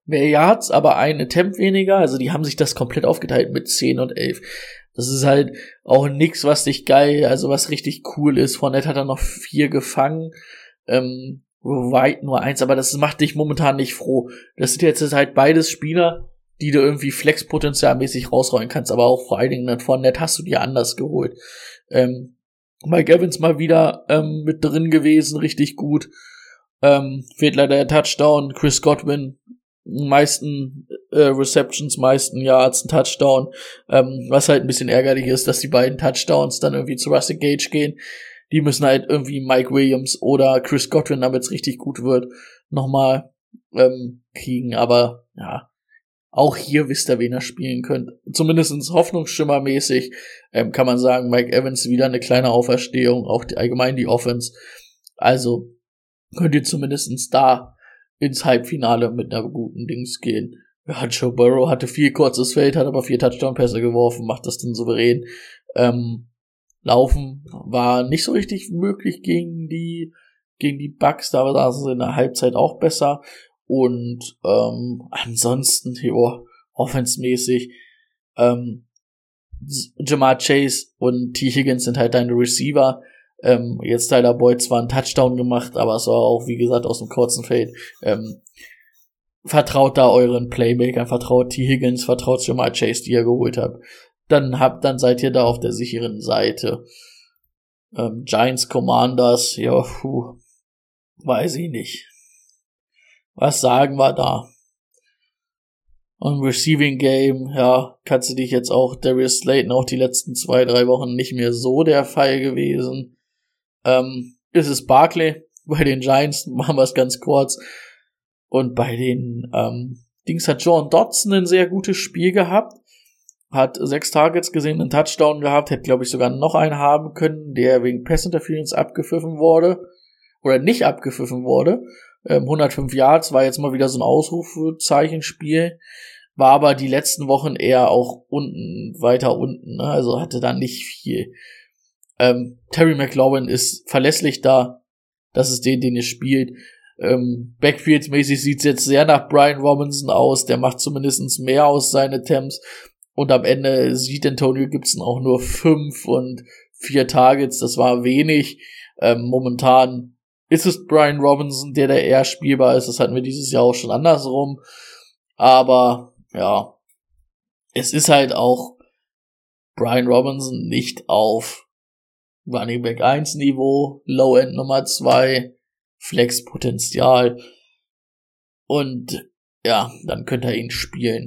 mehr Yards, aber ein Attempt weniger. Also die haben sich das komplett aufgeteilt mit zehn und elf. Das ist halt auch nix, was dich geil, also was richtig cool ist. Fournette hat er noch vier gefangen, ähm, weit nur eins, aber das macht dich momentan nicht froh. Das sind jetzt halt beides Spieler, die du irgendwie flexpotenzialmäßig rausrollen kannst, aber auch vor allen Dingen dann Fournette hast du dir anders geholt. Ähm, Mike Evans mal wieder ähm, mit drin gewesen, richtig gut. Ähm, fehlt leider der Touchdown. Chris Godwin, meisten äh, Receptions, meisten Yards, ein Touchdown. Ähm, was halt ein bisschen ärgerlich ist, dass die beiden Touchdowns dann irgendwie zu Russell Gage gehen. Die müssen halt irgendwie Mike Williams oder Chris Godwin, damit es richtig gut wird, nochmal ähm, kriegen. Aber ja, auch hier wisst ihr, wen ihr spielen könnt. Zumindest hoffnungsschimmermäßig ähm, kann man sagen, Mike Evans wieder eine kleine Auferstehung, auch die, allgemein die Offense. Also könnt ihr zumindest da ins Halbfinale mit einer guten Dings gehen. Ja, Joe Burrow hatte viel kurzes Feld, hat aber vier Touchdown-Pässe geworfen, macht das dann souverän. Ähm, Laufen war nicht so richtig möglich gegen die gegen die Bucks, da saßen sie in der Halbzeit auch besser. Und ähm, ansonsten, jo, offensmäßig, ähm, Ja'Marr Chase und T. Higgins sind halt deine Receiver. Ähm, jetzt Tyler Boyd zwar einen Touchdown gemacht, aber es war auch, wie gesagt, aus dem kurzen Feld. Ähm, vertraut da euren Playmakern, vertraut T. Higgins, vertraut Ja'Marr Chase, die ihr geholt habt. Dann habt, dann seid ihr da auf der sicheren Seite. Ähm, Giants Commanders, ja, puh, weiß ich nicht. Was sagen wir da? Und Receiving Game, ja, kannst du dich jetzt auch, Darius Slayton auch die letzten zwei, drei Wochen nicht mehr so der Fall gewesen. Ähm, ist es Barkley? Bei den Giants machen wir es ganz kurz. Und bei den ähm, Dings hat John Dodson ein sehr gutes Spiel gehabt. Hat sechs Targets gesehen, einen Touchdown gehabt, hätte, glaube ich, sogar noch einen haben können, der wegen Pass Interference abgepfiffen wurde. Oder nicht abgepfiffen wurde. Ähm, hundertfünf Yards war jetzt mal wieder so ein Ausrufezeichenspiel. War aber die letzten Wochen eher auch unten, weiter unten, ne? Also hatte da nicht viel. Ähm, Terry McLaurin ist verlässlich da. Das ist den, den ihr spielt. Ähm, Backfield-mäßig sieht's jetzt sehr nach Brian Robinson aus. Der macht zumindest mehr aus seinen Attempts. Und am Ende sieht Antonio Gibson auch nur fünf und vier Targets. Das war wenig. Ähm, momentan ist es Brian Robinson, der der eher spielbar ist. Das hatten wir dieses Jahr auch schon andersrum. Aber ja, es ist halt auch Brian Robinson nicht auf Running Back eins Niveau, Low End Nummer zwei, Flex Potenzial. Und ja, dann könnt ihr ihn spielen.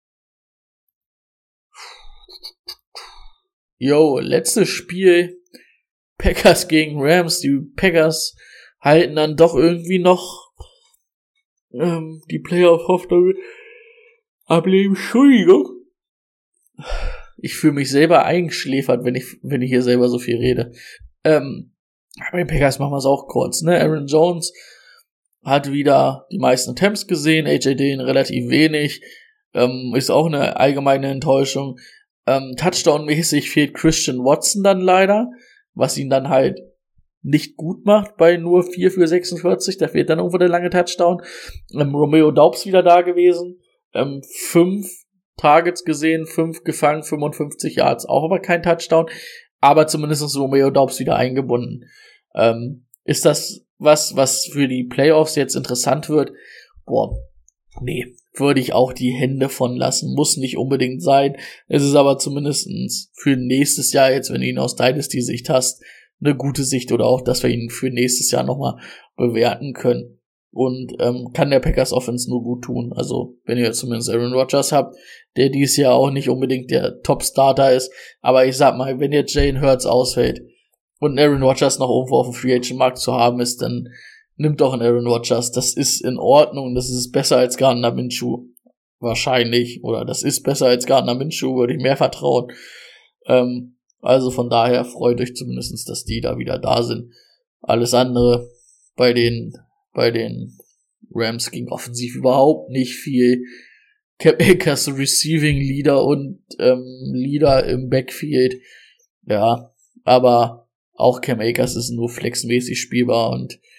Yo, letztes Spiel. Packers gegen Rams. Die Packers halten dann doch irgendwie noch ähm, die Playoff-Hoffnung am Leben. Entschuldigung. Ich fühle mich selber eingeschläfert, wenn ich wenn ich hier selber so viel rede. Ähm, bei den Packers machen wir es auch kurz, ne? Aaron Jones hat wieder die meisten Attempts gesehen, A J Dillon relativ wenig. Ähm, ist auch eine allgemeine Enttäuschung. Ähm, Touchdown-mäßig fehlt Christian Watson dann leider, was ihn dann halt nicht gut macht bei nur vier für sechsundvierzig. Da fehlt dann irgendwo der lange Touchdown. Ähm, Romeo Doubs wieder da gewesen. Ähm, fünf Targets gesehen, fünf gefangen, fünfundfünfzig Yards, auch aber kein Touchdown. Aber zumindest Romeo Doubs wieder eingebunden. Ähm, ist das was, was für die Playoffs jetzt interessant wird? Boah, nee. Würde ich auch die Hände von lassen. Muss nicht unbedingt sein. Es ist aber zumindestens für nächstes Jahr, jetzt wenn du ihn aus Dynasty-Sicht hast, eine gute Sicht oder auch, dass wir ihn für nächstes Jahr nochmal bewerten können. Und ähm, kann der Packers Offense nur gut tun. Also wenn ihr zumindest Aaron Rodgers habt, der dieses Jahr auch nicht unbedingt der Top-Starter ist. Aber ich sag mal, wenn jetzt Jalen Hurts ausfällt und Aaron Rodgers noch irgendwo auf dem Free-Agent-Markt zu haben ist, dann nimmt doch einen Aaron Rodgers. Das ist in Ordnung. Das ist besser als Gardner Minshew. Wahrscheinlich. Oder das ist besser als Gardner Minshew. Würde ich mehr vertrauen. Ähm, also von daher freut euch zumindest, dass die da wieder da sind. Alles andere bei den, bei den Rams ging offensiv überhaupt nicht viel. Cam Akers Receiving Leader und ähm, Leader im Backfield. Ja, aber auch Cam Akers ist nur flexmäßig spielbar und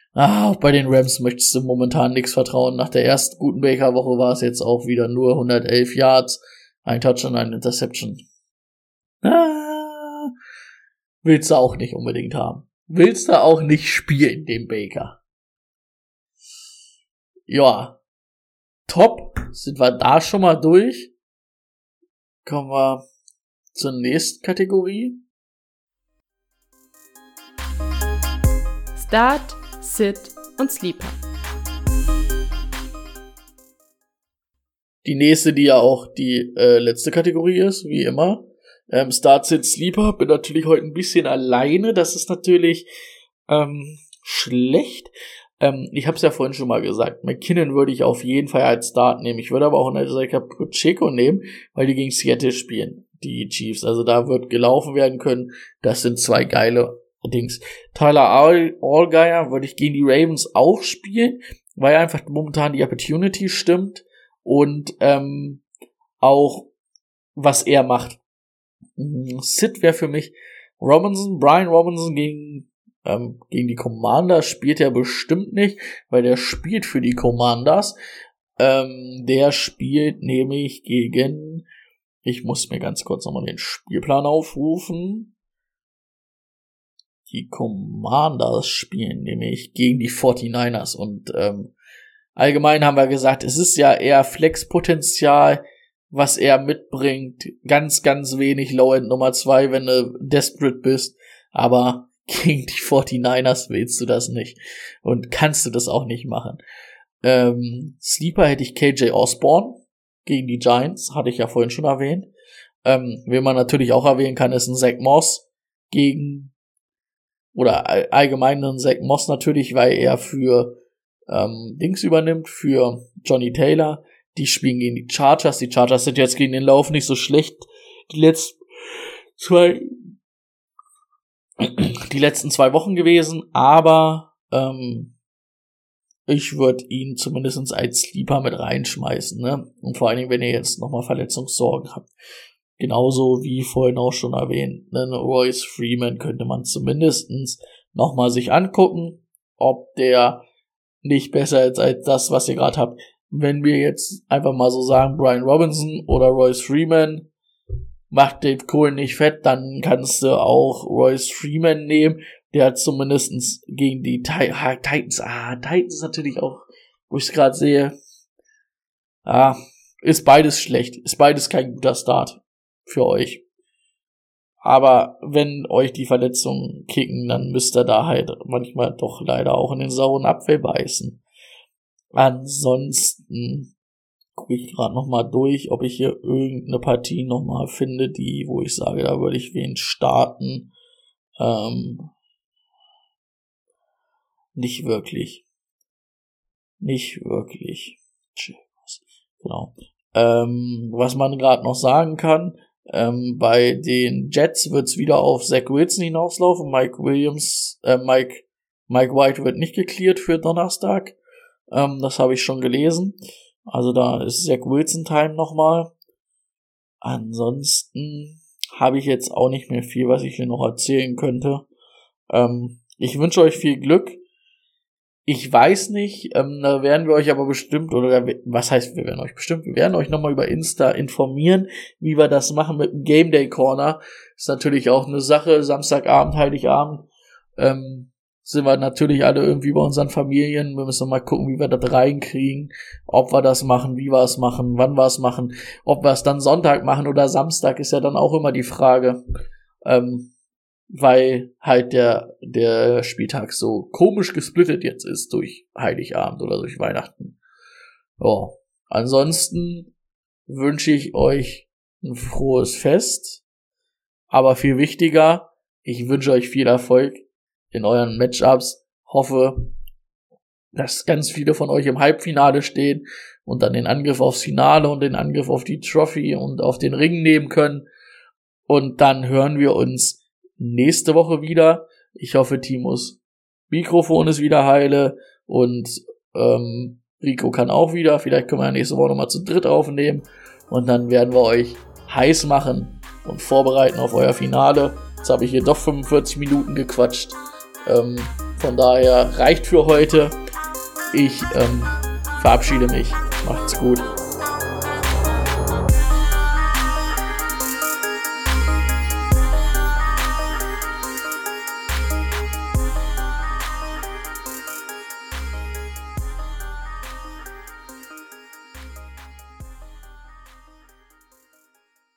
Ah, auch bei den Rams möchtest du momentan nichts vertrauen. Nach der ersten guten Baker-Woche war es jetzt auch wieder nur hundertelf Yards, ein Touchdown, eine Interception. Ah, willst du auch nicht unbedingt haben. Willst du auch nicht spielen, den Baker. Ja, top, sind wir da schon mal durch. Kommen wir zur nächsten Kategorie. Start, Sit und Sleeper. Die nächste, die ja auch die äh, letzte Kategorie ist, wie immer. Ähm, Start, Sit, Sleeper. Bin natürlich heute ein bisschen alleine. Das ist natürlich ähm, schlecht. Ähm, ich habe es ja vorhin schon mal gesagt. McKinnon würde ich auf jeden Fall als Start nehmen. Ich würde aber auch Isaiah Pacheco nehmen, weil die gegen Seattle spielen, die Chiefs. Also da wird gelaufen werden können. Das sind zwei geile Dings. Tyler Allgeier würde ich gegen die Ravens auch spielen, weil einfach momentan die Opportunity stimmt und ähm, auch was er macht. Sit wäre für mich Robinson, Brian Robinson gegen ähm, gegen die Commanders spielt er bestimmt nicht, weil der spielt für die Commanders. Ähm, der spielt nämlich gegen, ich muss mir ganz kurz nochmal den Spielplan aufrufen. Die Commanders spielen nämlich gegen die forty-niners und ähm, allgemein haben wir gesagt, es ist ja eher Flexpotenzial, was er mitbringt. Ganz, ganz wenig Low-End Nummer zwei, wenn du desperate bist. Aber gegen die forty-niners willst du das nicht. Und kannst du das auch nicht machen. Ähm, Sleeper hätte ich K J Osborne gegen die Giants, hatte ich ja vorhin schon erwähnt. Ähm, wen man natürlich auch erwähnen kann, ist ein Zach Moss gegen oder allgemein ein Zach Moss natürlich, weil er für ähm, Dings übernimmt, für Johnny Taylor. Die spielen gegen die Chargers. Die Chargers sind jetzt gegen den Lauf nicht so schlecht. Die letzten zwei, die letzten zwei Wochen gewesen, aber ähm, ich würde ihn zumindest als Sleeper mit reinschmeißen, ne? Und vor allen Dingen, wenn ihr jetzt nochmal Verletzungssorgen habt. Genauso wie vorhin auch schon erwähnt, ne? Royce Freeman könnte man zumindest nochmal sich angucken, ob der nicht besser ist als das, was ihr gerade habt. Wenn wir jetzt einfach mal so sagen, Brian Robinson oder Royce Freeman, macht Dave Cole nicht fett, dann kannst du auch Royce Freeman nehmen. Der hat zumindest gegen die Titans, ah, Titans ist natürlich auch, wo ich es gerade sehe, ah, ist beides schlecht, ist beides kein guter Start für euch. Aber wenn euch die Verletzungen kicken, dann müsst ihr da halt manchmal doch leider auch in den sauren Apfel beißen. Ansonsten gucke ich gerade nochmal durch, ob ich hier irgendeine Partie nochmal finde, die, wo ich sage, da würde ich wen starten. Ähm, nicht wirklich. Nicht wirklich. Genau. Ähm, was man gerade noch sagen kann, ähm, bei den Jets wird's wieder auf Zach Wilson hinauslaufen. Mike Williams, äh, Mike, Mike White wird nicht geklärt für Donnerstag. Ähm, das habe ich schon gelesen. Also da ist Zach Wilson Time nochmal. Ansonsten habe ich jetzt auch nicht mehr viel, was ich hier noch erzählen könnte. Ähm, ich wünsche euch viel Glück. Ich weiß nicht, ähm, da werden wir euch aber bestimmt, oder was heißt, wir werden euch bestimmt, wir werden euch nochmal über Insta informieren, wie wir das machen mit dem Game Day Corner. Ist natürlich auch eine Sache, Samstagabend, Heiligabend, ähm, sind wir natürlich alle irgendwie bei unseren Familien. Wir müssen mal gucken, wie wir das reinkriegen, ob wir das machen, wie wir es machen, wann wir es machen, ob wir es dann Sonntag machen oder Samstag, ist ja dann auch immer die Frage, ähm, weil halt der der Spieltag so komisch gesplittet jetzt ist durch Heiligabend oder durch Weihnachten. Ja, ansonsten wünsche ich euch ein frohes Fest, aber viel wichtiger, ich wünsche euch viel Erfolg in euren Matchups. Hoffe, dass ganz viele von euch im Halbfinale stehen und dann den Angriff aufs Finale und den Angriff auf die Trophy und auf den Ring nehmen können. Und dann hören wir uns nächste Woche wieder. Ich hoffe, Timos Mikrofon ist wieder heile und ähm, Rico kann auch wieder. Vielleicht können wir nächste Woche nochmal zu dritt aufnehmen und dann werden wir euch heiß machen und vorbereiten auf euer Finale. Jetzt habe ich hier doch fünfundvierzig Minuten gequatscht. Ähm, Von daher reicht für heute. Ich ähm, verabschiede mich. Macht's gut.